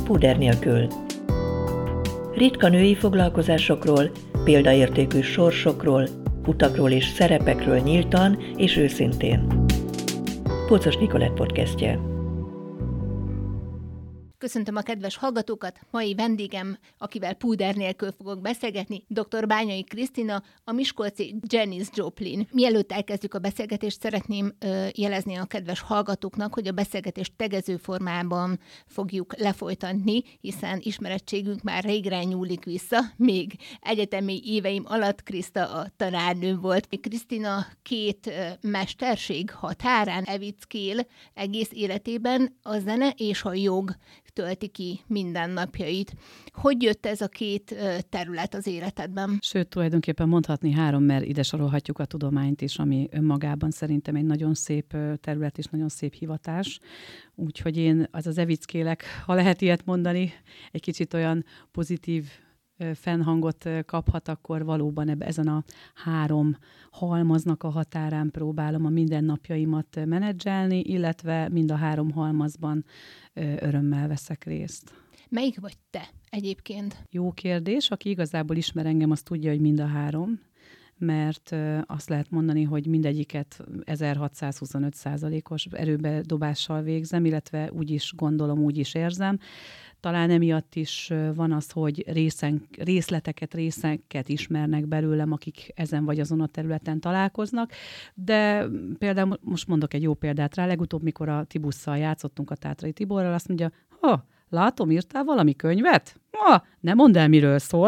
Púder nélkül. Ritka női foglalkozásokról, példaértékű sorsokról, utakról és szerepekről nyíltan és őszintén. Pocos Nikolett podcastje. Köszöntöm a kedves hallgatókat! Mai vendégem, akivel púder nélkül fogok beszélgetni, dr. Bányai Krisztina, a miskolci Janis Joplin. Mielőtt elkezdjük a beszélgetést, szeretném jelezni a kedves hallgatóknak, hogy a beszélgetést tegező formában fogjuk lefolytatni, hiszen ismerettségünk már régre nyúlik vissza, még egyetemi éveim alatt Kriszta a tanárnőm volt. Krisztina két mesterség határán evickél egész életében, a zene és a jog tölti ki mindennapjait. Hogy jött ez a két terület az életedben? Sőt, tulajdonképpen mondhatni három, mert ide sorolhatjuk a tudományt is, ami önmagában szerintem egy nagyon szép terület és nagyon szép hivatás. Úgyhogy én az evickélek, ha lehet ilyet mondani, egy kicsit olyan pozitív fennhangot kaphat, akkor valóban ezen a három halmaznak a határán próbálom a mindennapjaimat menedzselni, illetve mind a három halmazban örömmel veszek részt. Melyik vagy te egyébként? Jó kérdés. Aki igazából ismer engem, az tudja, hogy mind a három, mert azt lehet mondani, hogy mindegyiket 1625%-os erőbedobással végzem, illetve úgy is gondolom, úgy is érzem. Talán emiatt is van az, hogy részleteket ismernek belőlem, akik ezen vagy azon a területen találkoznak, de például most mondok egy jó példát rá, legutóbb, mikor a Tibusszal játszottunk, a Tátrai Tiborral, azt mondja, látom, írtál valami könyvet? Nem mondd el, miről szól.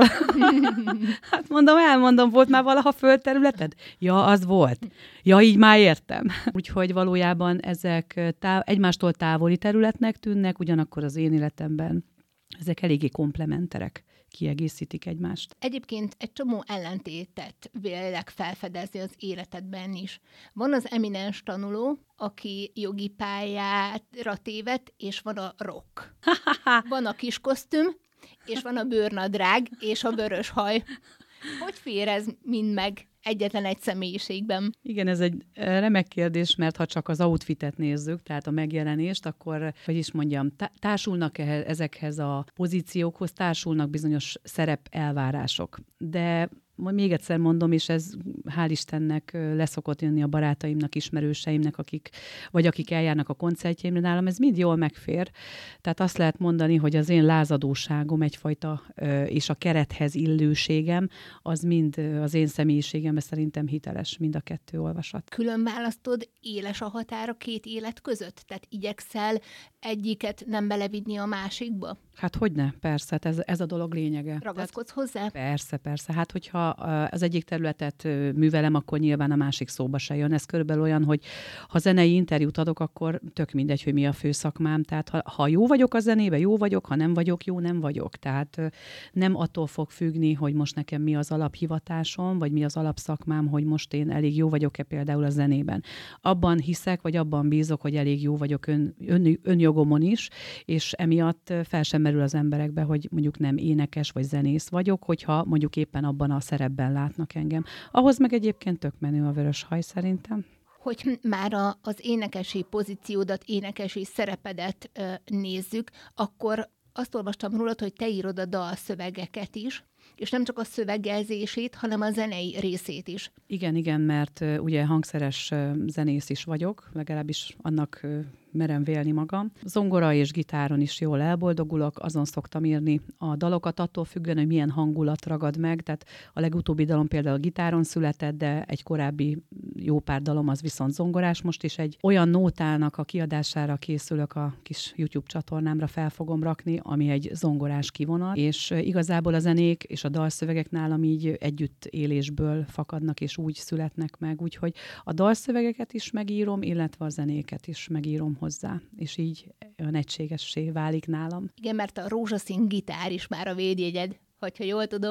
Hát elmondom, volt már valaha földterületed? Ja, az volt. Ja, így már értem. Úgyhogy valójában ezek egymástól távoli területnek tűnnek, ugyanakkor az én életemben ezek eléggé komplementerek, kiegészítik egymást. Egyébként egy csomó ellentétet vélek felfedezni az életedben is. Van az eminens tanuló, aki jogi pályára tévedt, és van a rock. Van a kis kosztüm, és van a bőrnadrág, és a vörös haj. Hogy fér ez mind meg egyetlen egy személyiségben? Igen, ez egy remek kérdés, mert ha csak az outfitet nézzük, tehát a megjelenést, akkor, hogy is mondjam, társulnak ezekhez a pozíciókhoz, társulnak bizonyos szerep elvárások. De még egyszer mondom, és ez hál' Istennek leszokott jönni a barátaimnak, ismerőseimnek, akik eljárnak a koncertjeimre nálam, ez mind jól megfér. Tehát azt lehet mondani, hogy az én lázadóságom egyfajta, és a kerethez illőségem, az mind az én személyiségemben szerintem hiteles, mind a kettő olvasat. Külön választod, éles a határ a két élet között? Tehát igyekszel egyiket nem belevinni a másikba? Hát hogyne, persze, ez a dolog lényege. Ragaszkodsz hozzá? Persze. Hát, hogyha az egyik területet művelem, akkor nyilván a másik szóba se jön. Ez körülbelül olyan, hogy ha zenei interjút adok, akkor tök mindegy, hogy mi a főszakmám. Tehát ha jó vagyok a zenébe, jó vagyok, ha nem vagyok, jó nem vagyok. Tehát nem attól fog függni, hogy most nekem mi az alaphivatásom, vagy mi az alapszakmám, hogy most én elég jó vagyok-e például a zenében. Abban hiszek, vagy abban bízok, hogy elég jó vagyok önjogomon is, és emiatt fel sem merül az emberekbe, hogy mondjuk nem énekes vagy zenész vagyok, hogyha mondjuk éppen abban a szerepben látnak engem. Ahhoz meg egyébként tök menő a vörös haj szerintem. Hogy már az énekesi pozíciódat, énekesi szerepedet nézzük, akkor azt olvastam rólad, hogy te írod a dalszövegeket is, és nem csak a szövegelzését, hanem a zenei részét is. Igen, mert ugye hangszeres zenész is vagyok, legalábbis annak merem vélni magam. Zongora és gitáron is jól elboldogulok, azon szoktam írni a dalokat, attól függően, hogy milyen hangulat ragad meg, tehát a legutóbbi dalom például gitáron született, de egy korábbi jó pár dalom az viszont zongorás. Most is egy olyan nótának a kiadására készülök, a kis YouTube csatornámra fel fogom rakni, ami egy zongorás kivonat, és igazából a zenék és a dalszövegek nálam így együtt élésből fakadnak, és úgy születnek meg, úgyhogy a dalszövegeket is megírom, illetve a zenéket is megírom hozzá, és így olyan egységessé válik nálam. Igen, mert a rózsaszín gitár is már a védjegyed, hogyha jól tudom.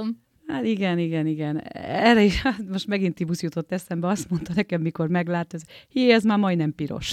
Hát igen. Erre is, most megint Tibusz jutott eszembe, azt mondta nekem, mikor meglát, ez már majdnem piros.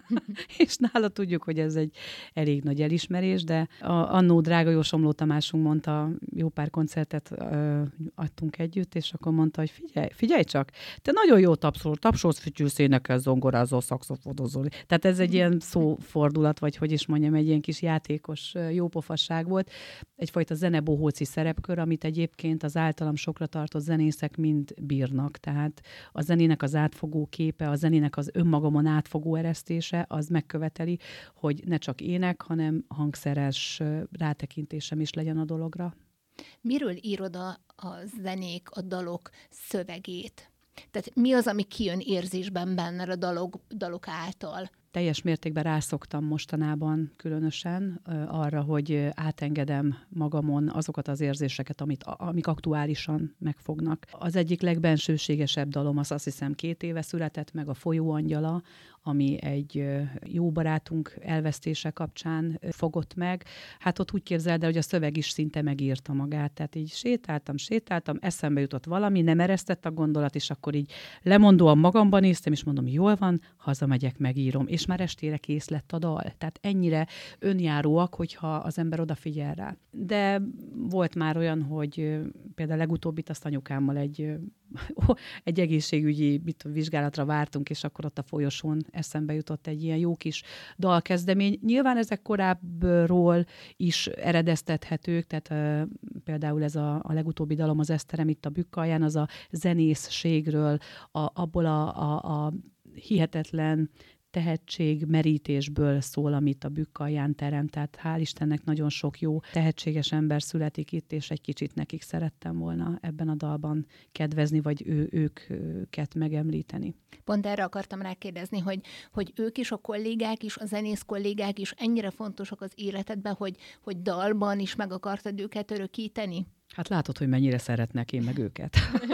És nála tudjuk, hogy ez egy elég nagy elismerés, de annó drága jó Somló Tamásunk mondta, jó pár koncertet adtunk együtt, és akkor mondta, hogy figyelj csak, te nagyon jó tapsolsz, fütyülsz, énekel, zongorázol, szaxofonozol. Tehát ez egy ilyen szófordulat, vagy hogy is mondjam, egy ilyen kis játékos jópofasság volt. Egyfajta zenebohóci szerepkör, amit egyébként az általam sokra tartott zenészek mind bírnak. Tehát a zenének az átfogó képe, a zenének az önmagamon átfogó eresztése, az megköveteli, hogy ne csak ének, hanem hangszeres rátekintésem is legyen a dologra. Miről írod a zenék, a dalok szövegét? Tehát mi az, ami kijön érzésben benned a dalok által? Teljes mértékben rászoktam mostanában különösen arra, hogy átengedem magamon azokat az érzéseket, amik aktuálisan megfognak. Az egyik legbensőségesebb dalom, azt hiszem 2 éve született meg, a Folyóangyala, ami egy jó barátunk elvesztése kapcsán fogott meg. Hát ott úgy képzeld el, hogy a szöveg is szinte megírta magát. Tehát így sétáltam, eszembe jutott valami, nem eresztett a gondolat, és akkor így lemondóan magamban néztem, és mondom, jól van, hazamegyek, megírom. És már estére kész lett a dal. Tehát ennyire önjáróak, hogyha az ember odafigyel rá. De volt már olyan, hogy például legutóbbit azt anyukámmal egy egészségügyi vizsgálatra vártunk, és akkor ott a folyosón eszembe jutott egy ilyen jó kis dalkezdemény. Nyilván ezek korábbról is eredeztethetők, tehát például ez a legutóbbi dalom, az Eszterem itt a Bükk-alján, az a zenészségről, abból a hihetetlen tehetségmerítésből szól, amit a Bükk-alján terem. Tehát hál' Istennek nagyon sok jó, tehetséges ember születik itt, és egy kicsit nekik szerettem volna ebben a dalban kedvezni, vagy őket megemlíteni. Pont erre akartam rákérdezni, hogy ők is, a kollégák is, a zenész kollégák is ennyire fontosak az életedben, hogy dalban is meg akartad őket örökíteni? Hát látod, hogy mennyire szeretnek én meg őket.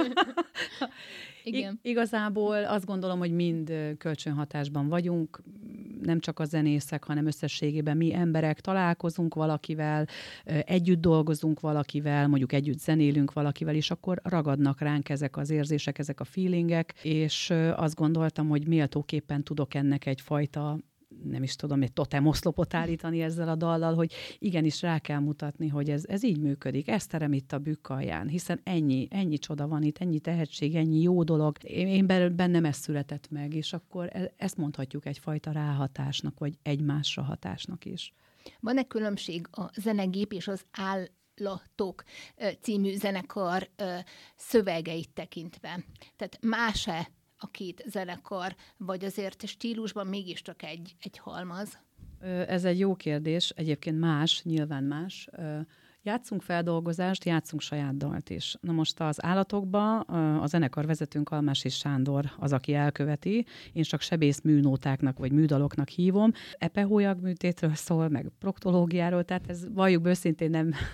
Igen. Igazából azt gondolom, hogy mind kölcsönhatásban vagyunk, nem csak a zenészek, hanem összességében mi emberek találkozunk valakivel, együtt dolgozunk valakivel, mondjuk együtt zenélünk valakivel, és akkor ragadnak ránk ezek az érzések, ezek a feelingek, és azt gondoltam, hogy méltóképpen tudok ennek egyfajta, nem is tudom, egy totemoszlopot állítani ezzel a dallal, hogy igenis rá kell mutatni, hogy ez így működik. Eszterem itt a Bükk-alján, hiszen ennyi csoda van itt, ennyi tehetség, ennyi jó dolog. Én bennem ez született meg, és akkor ezt mondhatjuk egyfajta ráhatásnak, vagy egymásra hatásnak is. Van-e különbség a Zenegép és az Állatok című zenekar szövegeit tekintve? Tehát más-e a két zenekar, vagy azért stílusban mégiscsak egy halmaz? Ez egy jó kérdés, egyébként nyilván más. Játszunk feldolgozást, játszunk saját dalt is. Na most az Állatokba a zenekar vezetőnk Almási Sándor az, aki elköveti. Én csak sebész műnótáknak vagy műdaloknak hívom. Epehólyag műtétről szól, meg proktológiáról, tehát ez valljuk őszintén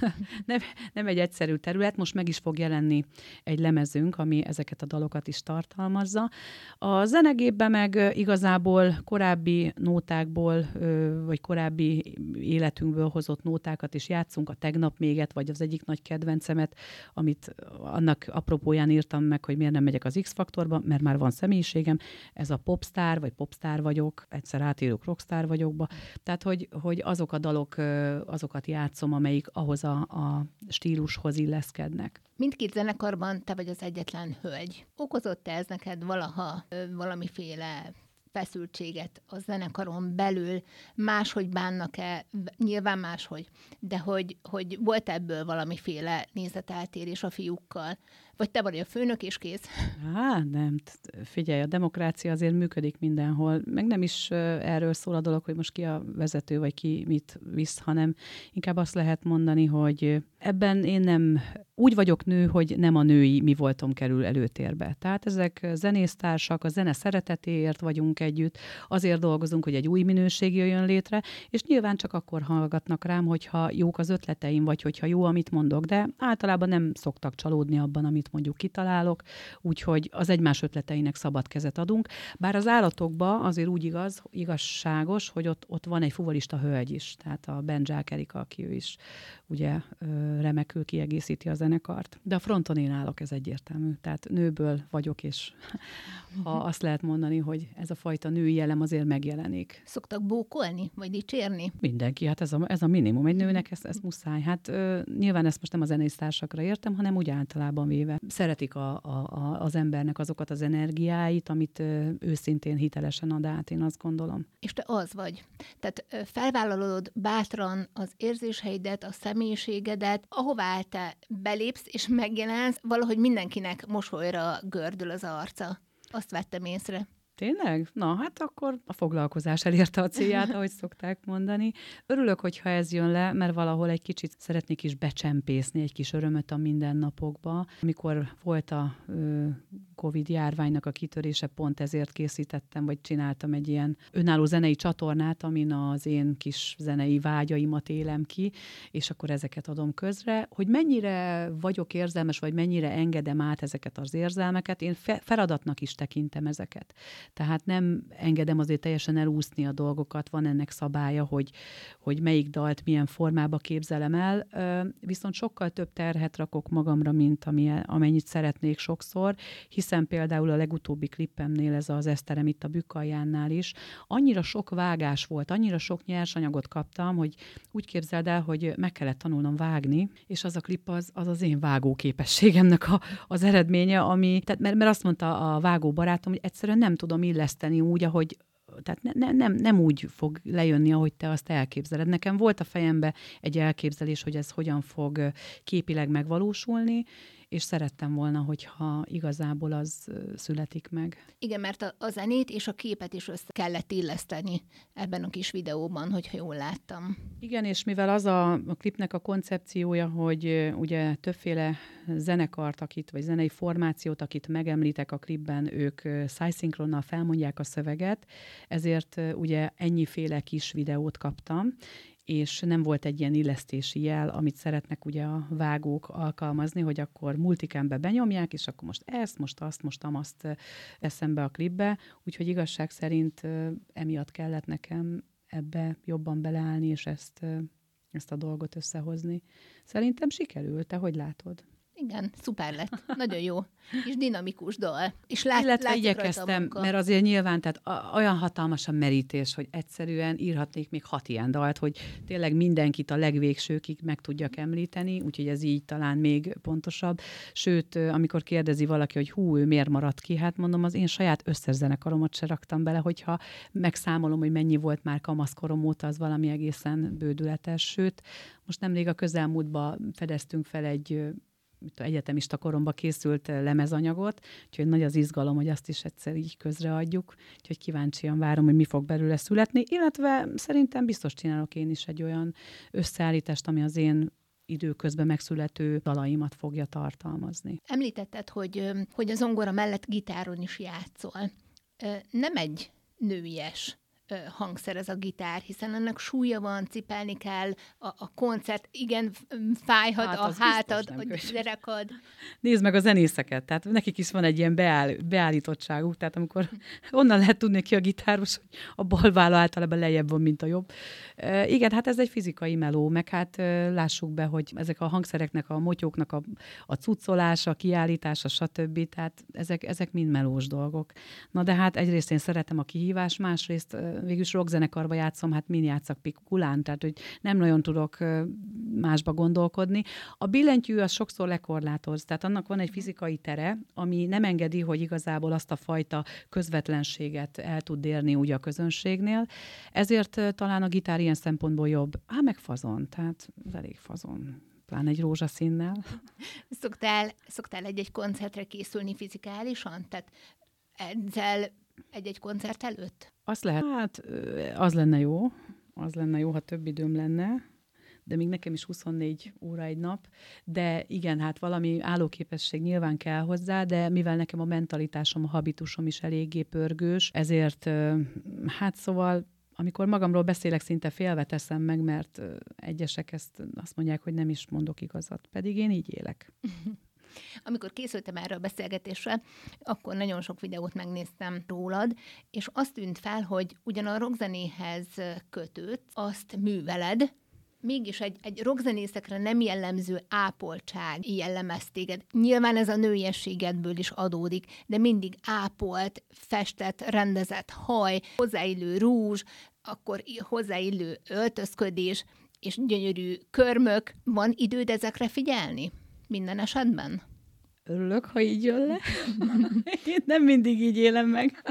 nem egy egyszerű terület. Most meg is fog jelenni egy lemezünk, ami ezeket a dalokat is tartalmazza. A Zenegépben meg igazából korábbi nótákból, vagy korábbi életünkből hozott nótákat is játszunk, a Tegnap méget, vagy az egyik nagy kedvencemet, amit annak apropóján írtam meg, hogy miért nem megyek az X-faktorba, mert már van személyiségem. Ez a popstar, vagy popstar vagyok, egyszer átírok rockstar vagyokba. Tehát, hogy azok a dalok, azokat játszom, amelyik ahhoz a stílushoz illeszkednek. Mindkét zenekarban te vagy az egyetlen hölgy. Okozott-e ez neked valaha valamiféle feszültséget a zenekaron belül, máshogy bánnak-e, nyilván máshogy, de hogy volt ebből valamiféle nézeteltérés a fiúkkal? Vagy te vagy a főnök és kész? Nem. Figyelj, a demokrácia azért működik mindenhol. Meg nem is erről szól a dolog, hogy most ki a vezető, vagy ki mit visz, hanem inkább azt lehet mondani, hogy ebben én nem úgy vagyok nő, hogy nem a női mi voltom kerül előtérbe. Tehát ezek zenésztársak, a zene szeretetéért vagyunk együtt, azért dolgozunk, hogy egy új minőség jöjjön létre, és nyilván csak akkor hallgatnak rám, hogyha jók az ötleteim, vagy hogyha jó, amit mondok, de általában nem szoktak csalódni abban, amit amit mondjuk kitalálok, úgyhogy az egymás ötleteinek szabad kezet adunk. Bár az állatokban azért úgy igazságos, hogy ott van egy fuvolista hölgy is, tehát a Bendzsák Erika, aki ő is ugye remekül kiegészíti a zenekart. De a fronton én állok, ez egyértelmű. Tehát nőből vagyok, és ha azt lehet mondani, hogy ez a fajta női jellem azért megjelenik. Szoktak bókolni, vagy dicsérni? Mindenki, hát ez a minimum. Egy nőnek ez muszáj. Hát nyilván ezt most nem a zenésztársakra értem, hanem úgy általában véve. Szeretik az embernek azokat az energiáit, amit őszintén, hitelesen ad át, én azt gondolom. És te az vagy. Tehát felvállalod bátran az érzéseidet, a személyiségedet, ahová te belépsz és megjelensz, valahogy mindenkinek mosolyra gördül az arca. Azt vettem észre. Tényleg? Na, hát akkor a foglalkozás elérte a célját, ahogy szokták mondani. Örülök, hogyha ez jön le, mert valahol egy kicsit szeretnék is becsempészni egy kis örömöt a mindennapokba. Amikor volt a Covid járványnak a kitörése, pont ezért készítettem, vagy csináltam egy ilyen önálló zenei csatornát, amin az én kis zenei vágyaimat élem ki, és akkor ezeket adom közre. Hogy mennyire vagyok érzelmes, vagy mennyire engedem át ezeket az érzelmeket, én feladatnak is tekintem ezeket. Tehát nem engedem azért teljesen elúszni a dolgokat, van ennek szabálya, hogy melyik dalt milyen formába képzelem el, viszont sokkal több terhet rakok magamra, mint amennyit szeretnék sokszor, hiszen például a legutóbbi klippemnél, ez az Eszterem itt a Bükkaljánál is, annyira sok vágás volt, annyira sok nyersanyagot kaptam, hogy úgy képzeld el, hogy meg kellett tanulnom vágni, és az a klip az én vágó képességemnek az eredménye, mert azt mondta a vágó barátom, hogy egyszerűen nem tudom illeszteni úgy, ahogy tehát nem úgy fog lejönni, ahogy te azt elképzeled. Nekem volt a fejembe egy elképzelés, hogy ez hogyan fog képileg megvalósulni, és szerettem volna, hogyha igazából az születik meg. Igen, mert a zenét és a képet is össze kellett illeszteni ebben a kis videóban, hogyha jól láttam. Igen, és mivel az a klipnek a koncepciója, hogy ugye többféle zenekart, vagy zenei formációt, akit megemlítek a klipben, ők szájszinkronnal felmondják a szöveget, ezért ugye ennyiféle kis videót kaptam, és nem volt egy ilyen illesztési jel, amit szeretnek ugye a vágók alkalmazni, hogy akkor multicambe benyomják, és akkor most ezt, most azt, most amazt teszem be a klipbe, úgyhogy igazság szerint emiatt kellett nekem ebbe jobban beleállni, és ezt a dolgot összehozni. Szerintem sikerült, te hogy látod? Igen, szuper lett. Nagyon jó. És dinamikus dal. És illetve igyekeztem, mert azért nyilván, tehát olyan hatalmas a merítés, hogy egyszerűen írhatnék még 6 ilyen dalt, hogy tényleg mindenkit a legvégsőkig meg tudjak említeni, úgyhogy ez így talán még pontosabb. Sőt, amikor kérdezi valaki, hogy ő miért maradt ki, hát mondom, az én saját összes zenekaromat se raktam bele, hogyha megszámolom, hogy mennyi volt már kamaszkorom óta, az valami egészen bődületes. Sőt, most nemrég a közelmúltban fedeztünk fel egy egyetemista koromba készült lemezanyagot, úgyhogy nagy az izgalom, hogy azt is egyszer így közreadjuk, úgyhogy kíváncsian várom, hogy mi fog belőle születni, illetve szerintem biztos csinálok én is egy olyan összeállítást, ami az én időközben megszülető dalaimat fogja tartalmazni. Említetted, hogy a zongora mellett gitáron is játszol. Nem egy nőies hangszer ez a gitár, hiszen ennek súlya van, cipelni kell, a koncert, igen, fájhat a hátad, a derekad. Nézd meg a zenészeket, tehát nekik is van egy ilyen beállítottságuk, tehát amikor onnan lehet tudni ki a gitáros, hogy a bal válla általában lejjebb van, mint a jobb. Igen, hát ez egy fizikai meló, meg hát lássuk be, hogy ezek a hangszereknek, a motyóknak a cuccolása, a kiállítása, stb. Tehát ezek mind melós dolgok. Na de hát egyrészt én szeretem a kihívás, másrészt végülis rockzenekarba játszom, hát min játszak pikulán, tehát hogy nem nagyon tudok másba gondolkodni. A billentyű az sokszor lekorlátoz, tehát annak van egy fizikai tere, ami nem engedi, hogy igazából azt a fajta közvetlenséget el tud érni úgy a közönségnél. Ezért talán a gitár ilyen szempontból jobb. Meg fazon, tehát elég fazon. Pláne egy rózsaszínnel. Szoktál egy-egy koncertre készülni fizikálisan? Tehát ezzel egy-egy koncert előtt? Azt lehet. Hát az lenne jó, ha több időm lenne, de még nekem is 24 óra egy nap, de igen, hát valami állóképesség nyilván kell hozzá, de mivel nekem a mentalitásom, a habitusom is eléggé pörgős, ezért hát szóval amikor magamról beszélek, szinte félve teszem meg, mert egyesek azt mondják, hogy nem is mondok igazat, pedig én így élek. Amikor készültem erre a beszélgetésre, akkor nagyon sok videót megnéztem rólad, és azt tűnt fel, hogy ugyan a rockzenéhez kötőt, azt műveled, mégis egy rockzenészekre nem jellemző ápoltság jellemez téged. Nyilván ez a nőiességedből is adódik, de mindig ápolt, festett, rendezett haj, hozzáillő rúzs, akkor hozzáillő öltözködés és gyönyörű körmök. Van időd ezekre figyelni minden esetben? Örülök, ha így jön le. Én nem mindig így élem meg.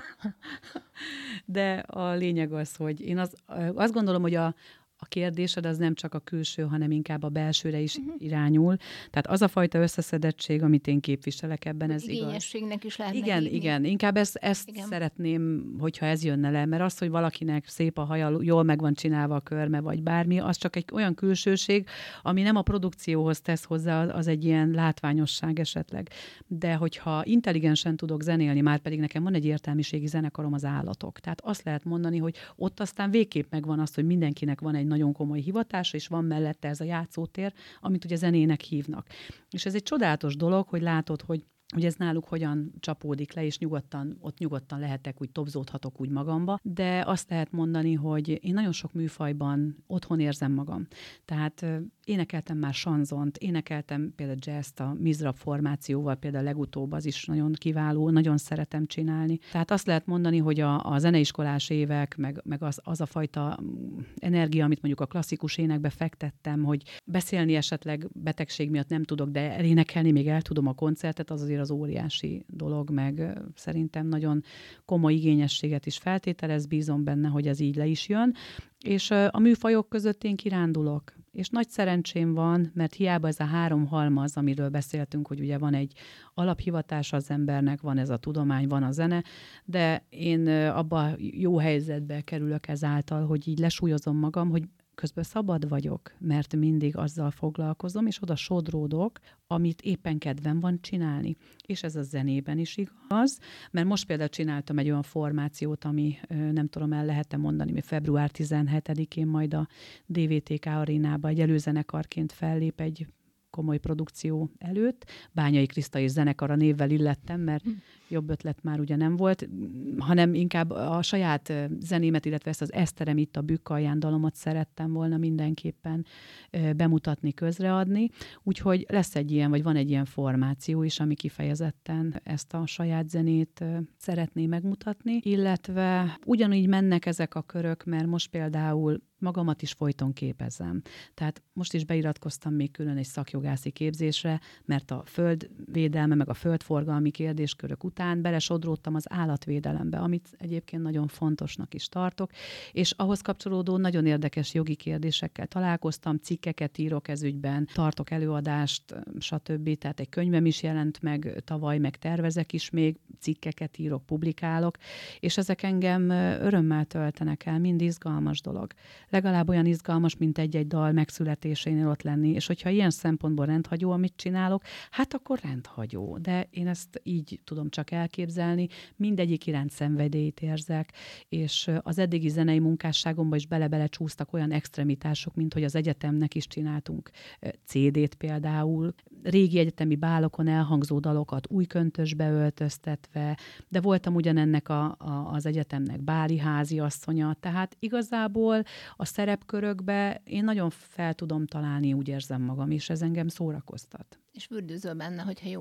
De a lényeg az, hogy én azt gondolom, hogy a kérdésed az nem csak a külső, hanem inkább a belsőre is irányul. Tehát az a fajta összeszedettség, amit én képviselek ebben, ez igaz. Igényességnek is lehetne Igen, hívni. igen. Inkább ezt igen. Szeretném, hogyha ez jönne le, mert az, hogy valakinek szép a haja, jól meg van csinálva a körme, vagy bármi, az csak egy olyan külsőség, ami nem a produkcióhoz tesz hozzá, az egy ilyen látványosság esetleg. De hogyha intelligensen tudok zenélni, már pedig nekem van egy értelmiségi zenekarom, az Állatok. Tehát azt lehet mondani, hogy ott aztán végképp megvan az, hogy mindenkinek van egy nagyon komoly hivatása, és van mellette ez a játszótér, amit ugye zenének hívnak. És ez egy csodálatos dolog, hogy látod, hogy ez náluk hogyan csapódik le, és nyugodtan lehetek, úgy tobzódhatok úgy magamba, de azt lehet mondani, hogy én nagyon sok műfajban otthon érzem magam. Tehát énekeltem már sanzont, énekeltem például jazzt a Mizrab formációval, például legutóbb az is nagyon kiváló, nagyon szeretem csinálni. Tehát azt lehet mondani, hogy a zeneiskolás évek, meg az a fajta energia, amit mondjuk a klasszikus énekbe fektettem, hogy beszélni esetleg betegség miatt nem tudok, de elénekelni még el tudom a koncertet, az azért az óriási dolog, meg szerintem nagyon komoly igényességet is feltételez, bízom benne, hogy ez így le is jön. És a műfajok között én kirándulok. És nagy szerencsém van, mert hiába ez a 3 halmaz, amiről beszéltünk, hogy ugye van egy alaphivatás az embernek, van ez a tudomány, van a zene, de én abba jó helyzetbe kerülök ezáltal, hogy így lesúlyozom magam, hogy közben szabad vagyok, mert mindig azzal foglalkozom, és oda sodródok, amit éppen kedvem van csinálni. És ez a zenében is igaz, mert most például csináltam egy olyan formációt, ami nem tudom, el lehet-e mondani, mert február 17-én majd a DVTK arénába egy előzenekarként fellép egy komoly produkció előtt. Bányai Kriszta és zenekara névvel illettem, mert jobb ötlet már ugye nem volt, hanem inkább a saját zenémet, illetve ezt az Eszterem itt a Bükkalján dalomat szerettem volna mindenképpen bemutatni, közreadni. Úgyhogy lesz egy ilyen, vagy van egy ilyen formáció is, ami kifejezetten ezt a saját zenét szeretné megmutatni, illetve ugyanúgy mennek ezek a körök, mert most például magamat is folyton képezem. Tehát most is beiratkoztam még külön egy szakjogászi képzésre, mert a földvédelme, meg a földforgalmi kérdéskörök után belesodródtam az állatvédelembe, amit egyébként nagyon fontosnak is tartok, és ahhoz kapcsolódó nagyon érdekes jogi kérdésekkel találkoztam, cikkeket írok ez ügyben, tartok előadást, stb. Tehát egy könyvem is jelent meg tavaly, meg tervezek is még, cikkeket írok, publikálok, és ezek engem örömmel töltenek el, mind izgalmas dolog. Legalább olyan izgalmas, mint egy-egy dal megszületésénél ott lenni, és hogyha ilyen szempontból rendhagyó, amit csinálok, hát akkor rendhagyó. De én ezt így tudom csak elképzelni, mindegyik iránt szenvedélyt érzek, és az eddigi zenei munkásságomban is bele-bele csúsztak olyan extremitások, mint hogy az egyetemnek is csináltunk CD-t például, régi egyetemi bálokon elhangzó dalokat új köntösbe öltöztetve, de voltam ugyanennek az egyetemnek báli háziasszonya, tehát igazából a szerepkörökbe én nagyon fel tudom találni, úgy érzem magam, és ez engem szórakoztat. És fürdőzöl benne, hogyha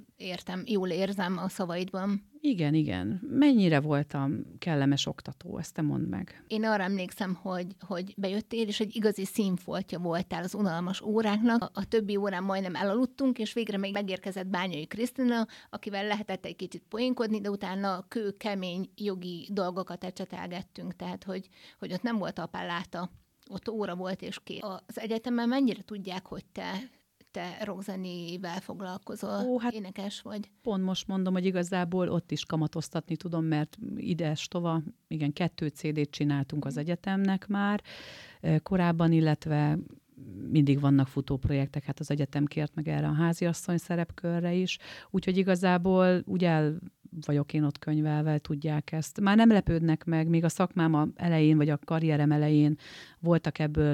jól érzem a szavaidban. Igen, igen. Mennyire voltam kellemes oktató, ezt te mondd meg. Én arra emlékszem, hogy bejöttél, és egy igazi színfoltja voltál az unalmas óráknak. A többi órán majdnem elaludtunk, és végre még megérkezett Bányai Krisztina, akivel lehetett egy kicsit poénkodni, de utána kőkemény jogi dolgokat ecsetelgettünk, tehát hogy ott nem volt apálláta, ott óra volt és kész. Az egyetemen mennyire tudják, hogy te rockzenével foglalkozol, hát énekes vagy? Pont most mondom, hogy igazából ott is kamatoztatni tudom, mert ide-tova, igen, 2 CD-t csináltunk az egyetemnek már korábban, illetve mindig vannak futóprojektek, hát az egyetem kért meg erre a háziasszony szerepkörre is, úgyhogy igazából úgy el vagyok én ott könyvelve, tudják ezt. Már nem lepődnek meg, még a szakmám elején, vagy a karrierem elején voltak ebből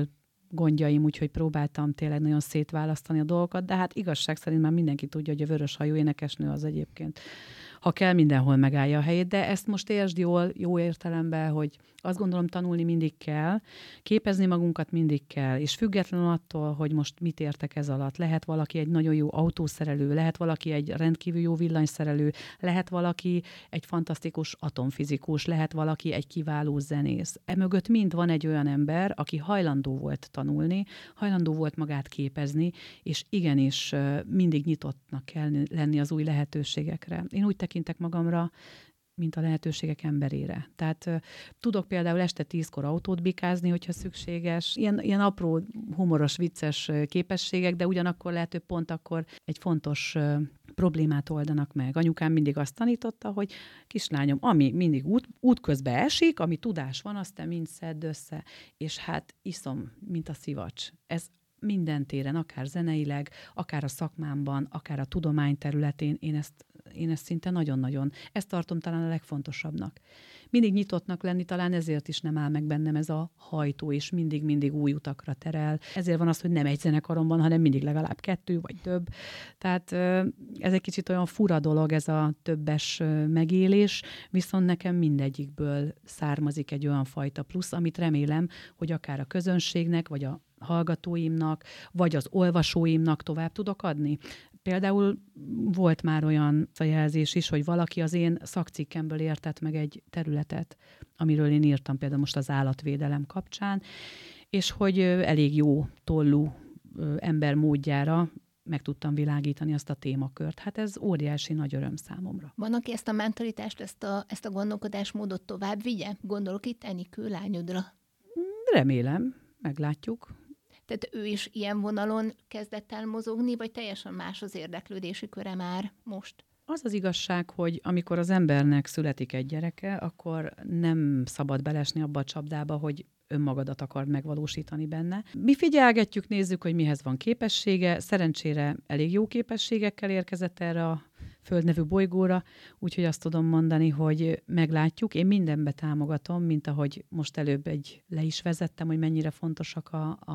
gondjaim, úgyhogy próbáltam tényleg nagyon szétválasztani a dolgokat, de hát igazság szerint már mindenki tudja, hogy a vöröshajú énekesnő az egyébként, ha kell, mindenhol megállja a helyét, de ezt most értsd jól, jó értelemben, hogy azt gondolom, tanulni mindig kell, képezni magunkat mindig kell, és függetlenül attól, hogy most mit értek ez alatt. Lehet valaki egy nagyon jó autószerelő, lehet valaki egy rendkívül jó villanyszerelő, lehet valaki egy fantasztikus atomfizikus, lehet valaki egy kiváló zenész. Emögött mind van egy olyan ember, aki hajlandó volt tanulni, hajlandó volt magát képezni, és igenis mindig nyitottnak kell lenni az új lehetőségekre. Én úgy tekintek magamra, mint a lehetőségek emberére. Tehát tudok például este 10-kor autót bikázni, hogyha szükséges. Ilyen apró, humoros, vicces képességek, de ugyanakkor lehet, hogy pont akkor egy fontos problémát oldanak meg. Anyukám mindig azt tanította, hogy kislányom, ami mindig útközben esik, ami tudás van, azt te mind szedd össze. És hát iszom, mint a szivacs. Ez minden téren, akár zeneileg, akár a szakmámban, akár a tudomány területén, én ezt szinte nagyon-nagyon, ezt tartom talán a legfontosabbnak. Mindig nyitottnak lenni, talán ezért is nem áll meg bennem ez a hajtó, és mindig új utakra terel. Ezért van az, hogy nem egy zenekarom van, hanem mindig legalább 2 vagy több. Tehát ez egy kicsit olyan fura dolog, ez a többes megélés, viszont nekem mindegyikből származik egy olyan fajta plusz, amit remélem, hogy akár a közönségnek, vagy a hallgatóimnak, vagy az olvasóimnak tovább tudok adni. Például volt már olyan jelzés is, hogy valaki az én szakcikkemből értett meg egy területet, amiről én írtam például most az állatvédelem kapcsán, és hogy elég jó tollú ember módjára meg tudtam világítani azt a témakört. Hát ez óriási nagy öröm számomra. Van, aki ezt a mentalitást, ezt a gondolkodásmódot tovább vigye? Gondolok itt Enikő lányodra. Remélem, meglátjuk. Tehát ő is ilyen vonalon kezdett el mozogni, vagy teljesen más az érdeklődési köre már most? Az az igazság, hogy amikor az embernek születik egy gyereke, akkor nem szabad belesni abba a csapdába, hogy önmagadat akard megvalósítani benne. Mi figyelgetjük, nézzük, hogy mihez van képessége. Szerencsére elég jó képességekkel érkezett erre a Föld nevű bolygóra, úgyhogy azt tudom mondani, hogy meglátjuk. Én mindenbe támogatom, mint ahogy most előbb le is vezettem, hogy mennyire fontosak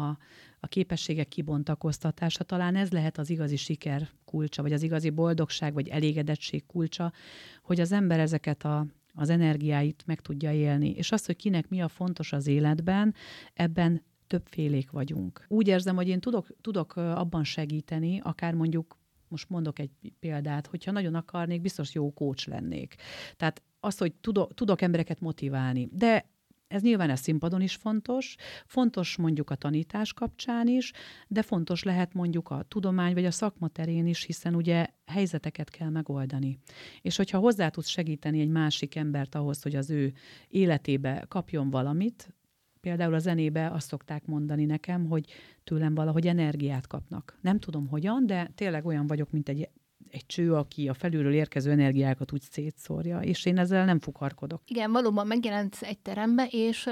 a képességek kibontakoztatása. Talán ez lehet az igazi siker kulcsa, vagy az igazi boldogság, vagy elégedettség kulcsa, hogy az ember ezeket az energiáit meg tudja élni. És az, hogy kinek mi a fontos az életben, ebben többfélék vagyunk. Úgy érzem, hogy én tudok abban segíteni, akár mondjuk, most mondok egy példát, hogyha nagyon akarnék, biztos jó coach lennék. Tehát az, hogy tudok embereket motiválni, de ez nyilván a színpadon is fontos mondjuk a tanítás kapcsán is, de fontos lehet mondjuk a tudomány vagy a szakma terén is, hiszen ugye helyzeteket kell megoldani. És hogyha hozzá tudsz segíteni egy másik embert ahhoz, hogy az ő életébe kapjon valamit, például a zenébe azt szokták mondani nekem, hogy tőlem valahogy energiát kapnak. Nem tudom hogyan, de tényleg olyan vagyok, mint egy cső, aki a felülről érkező energiákat úgy szétszórja, és én ezzel nem fukarkodok. Igen, valóban megjelentsz egy terembe, és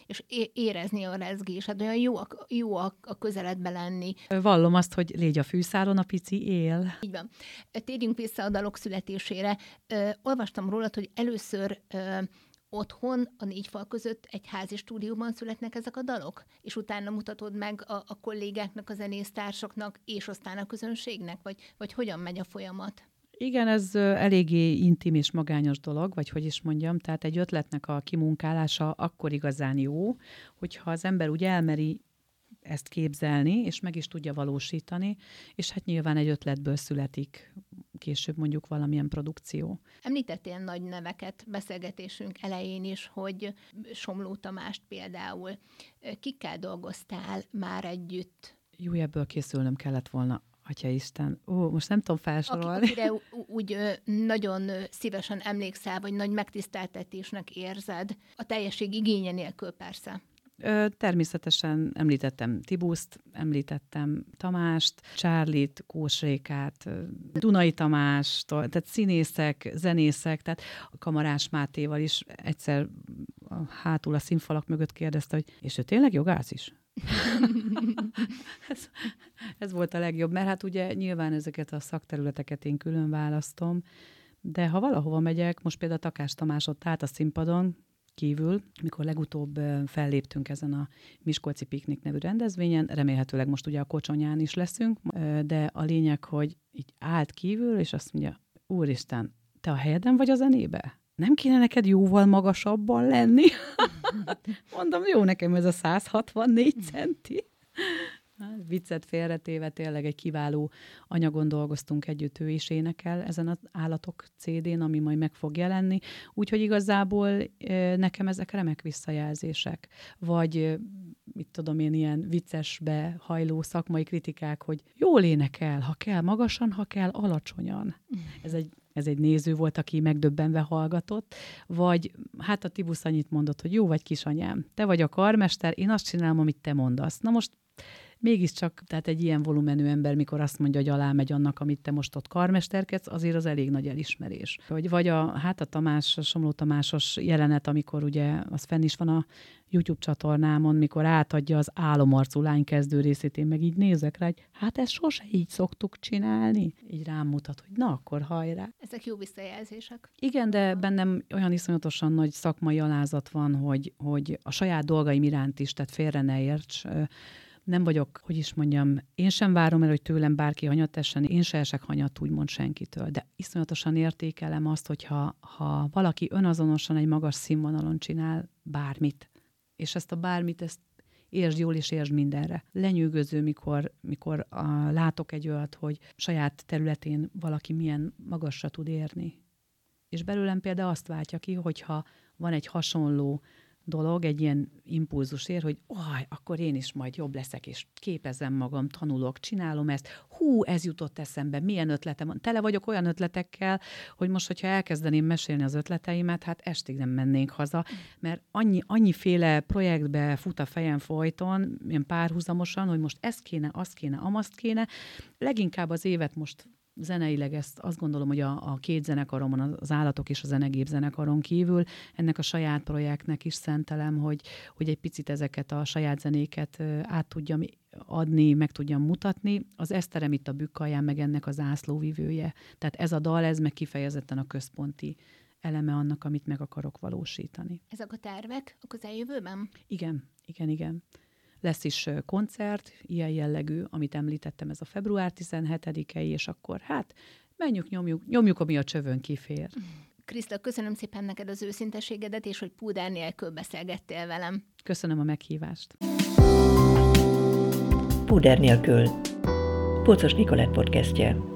érezni a rezgésed, olyan jó a közeledbe lenni. Vallom azt, hogy légy a fűszálon, a pici él. Így van. Térjünk vissza a dalok születésére. Olvastam rólad, hogy először otthon, a 4 fal között egy házi stúdióban születnek ezek a dalok? És utána mutatod meg a kollégáknak, a zenésztársaknak, és aztán a közönségnek? Vagy hogyan megy a folyamat? Igen, ez eléggé intim és magányos dolog, vagy hogy is mondjam, tehát egy ötletnek a kimunkálása akkor igazán jó, hogyha az ember úgy elmeri ezt képzelni, és meg is tudja valósítani, és hát nyilván egy ötletből születik később mondjuk valamilyen produkció. Említettél nagy neveket beszélgetésünk elején is, hogy Somló Tamást például. Kikkel dolgoztál már együtt? Jó, ebből készülnöm kellett volna. Atyaisten, most nem tudom felsorolni. Akire úgy nagyon szívesen emlékszel, vagy nagy megtiszteltetésnek érzed, a teljesség igénye nélkül persze. Természetesen említettem Tibuszt, említettem Tamást, Csárlit, Kós Rékát, Dunai Tamást, tehát színészek, zenészek, tehát Kamarás Mátéval is egyszer hátul a színfalak mögött kérdezte, hogy és ő tényleg jogász is? ez volt a legjobb, mert hát ugye nyilván ezeket a szakterületeket én külön választom, de ha valahova megyek, most például Takás Tamás ott állt a színpadon, kívül, mikor legutóbb felléptünk ezen a Miskolci Piknik nevű rendezvényen, remélhetőleg most ugye a Kocsonyán is leszünk, de a lényeg, hogy így állt kívül, és azt mondja, úristen, te a helyeden vagy a zenébe? Nem kéne neked jóval magasabban lenni? Mondom, jó, nekem ez a 164 centi. Viccet félretéve, tényleg egy kiváló anyagon dolgoztunk együtt, ő is énekel ezen az Állatok CD-n, ami majd meg fog jelenni. Úgyhogy igazából nekem ezek remek visszajelzések. Vagy mit tudom én, ilyen viccesbe hajló szakmai kritikák, hogy jól énekel, ha kell magasan, ha kell alacsonyan. Ez egy néző volt, aki megdöbbenve hallgatott, vagy hát a Tibusz annyit mondott, hogy jó vagy kisanyám, te vagy a karmester, én azt csinálom, amit te mondasz. Na most mégiscsak, tehát egy ilyen volumenű ember, mikor azt mondja, hogy alámegy annak, amit te most ott karmesterkedsz, azért az elég nagy elismerés. Vagy a Somló Tamásos jelenet, amikor ugye, az fenn is van a YouTube csatornámon, mikor átadja az álomarcú lány kezdő részét, én meg így nézek rá, hogy hát ezt sose így szoktuk csinálni. Így rám mutat, hogy na akkor hajrá. Ezek jó visszajelzések. Igen, de bennem olyan iszonyatosan nagy szakmai alázat van, hogy a saját dolgaim iránt is, tehát félre ne érts, nem vagyok, hogy is mondjam, én sem várom el, hogy tőlem bárki hanyat tessen, én se esek hanyat úgymond senkitől, de iszonyatosan értékelem azt, hogyha valaki önazonosan egy magas színvonalon csinál bármit, és ezt a bármit, ezt értsd jól, és értsd mindenre. Lenyűgöző, mikor látok egy olyat, hogy saját területén valaki milyen magasra tud érni. És belőlem például azt váltja ki, hogyha van egy hasonló dolog, egy ilyen impulzus ér, hogy akkor én is majd jobb leszek, és képezem magam, tanulok, csinálom ezt. Ez jutott eszembe, milyen ötletem van. Tele vagyok olyan ötletekkel, hogy most, hogyha elkezdeném mesélni az ötleteimet, hát estig nem mennénk haza, mert annyiféle projektbe fut a fejem folyton, ilyen párhuzamosan, hogy most ez kéne, az kéne, amazt kéne. Leginkább az évet most zeneileg ezt azt gondolom, hogy a két zenekaromon, az Állatok és a Zenegép zenekaron kívül ennek a saját projektnek is szentelem, hogy egy picit ezeket a saját zenéket át tudjam adni, meg tudjam mutatni. Az Eszterem itt a Bükkalján, meg ennek az zászlóvivője. Tehát ez a dal, ez meg kifejezetten a központi eleme annak, amit meg akarok valósítani. Ezek a tervek a közeljövőben? Igen. Lesz is koncert, ilyen jellegű, amit említettem, ez a február 17-i, és akkor menjünk, nyomjuk, ami a csövön kifér. Kriszta, köszönöm szépen neked az őszinteségedet, és hogy púder nélkül beszélgettél velem. Köszönöm a meghívást. Púder nélkül. Pocos Nikolett podcastje.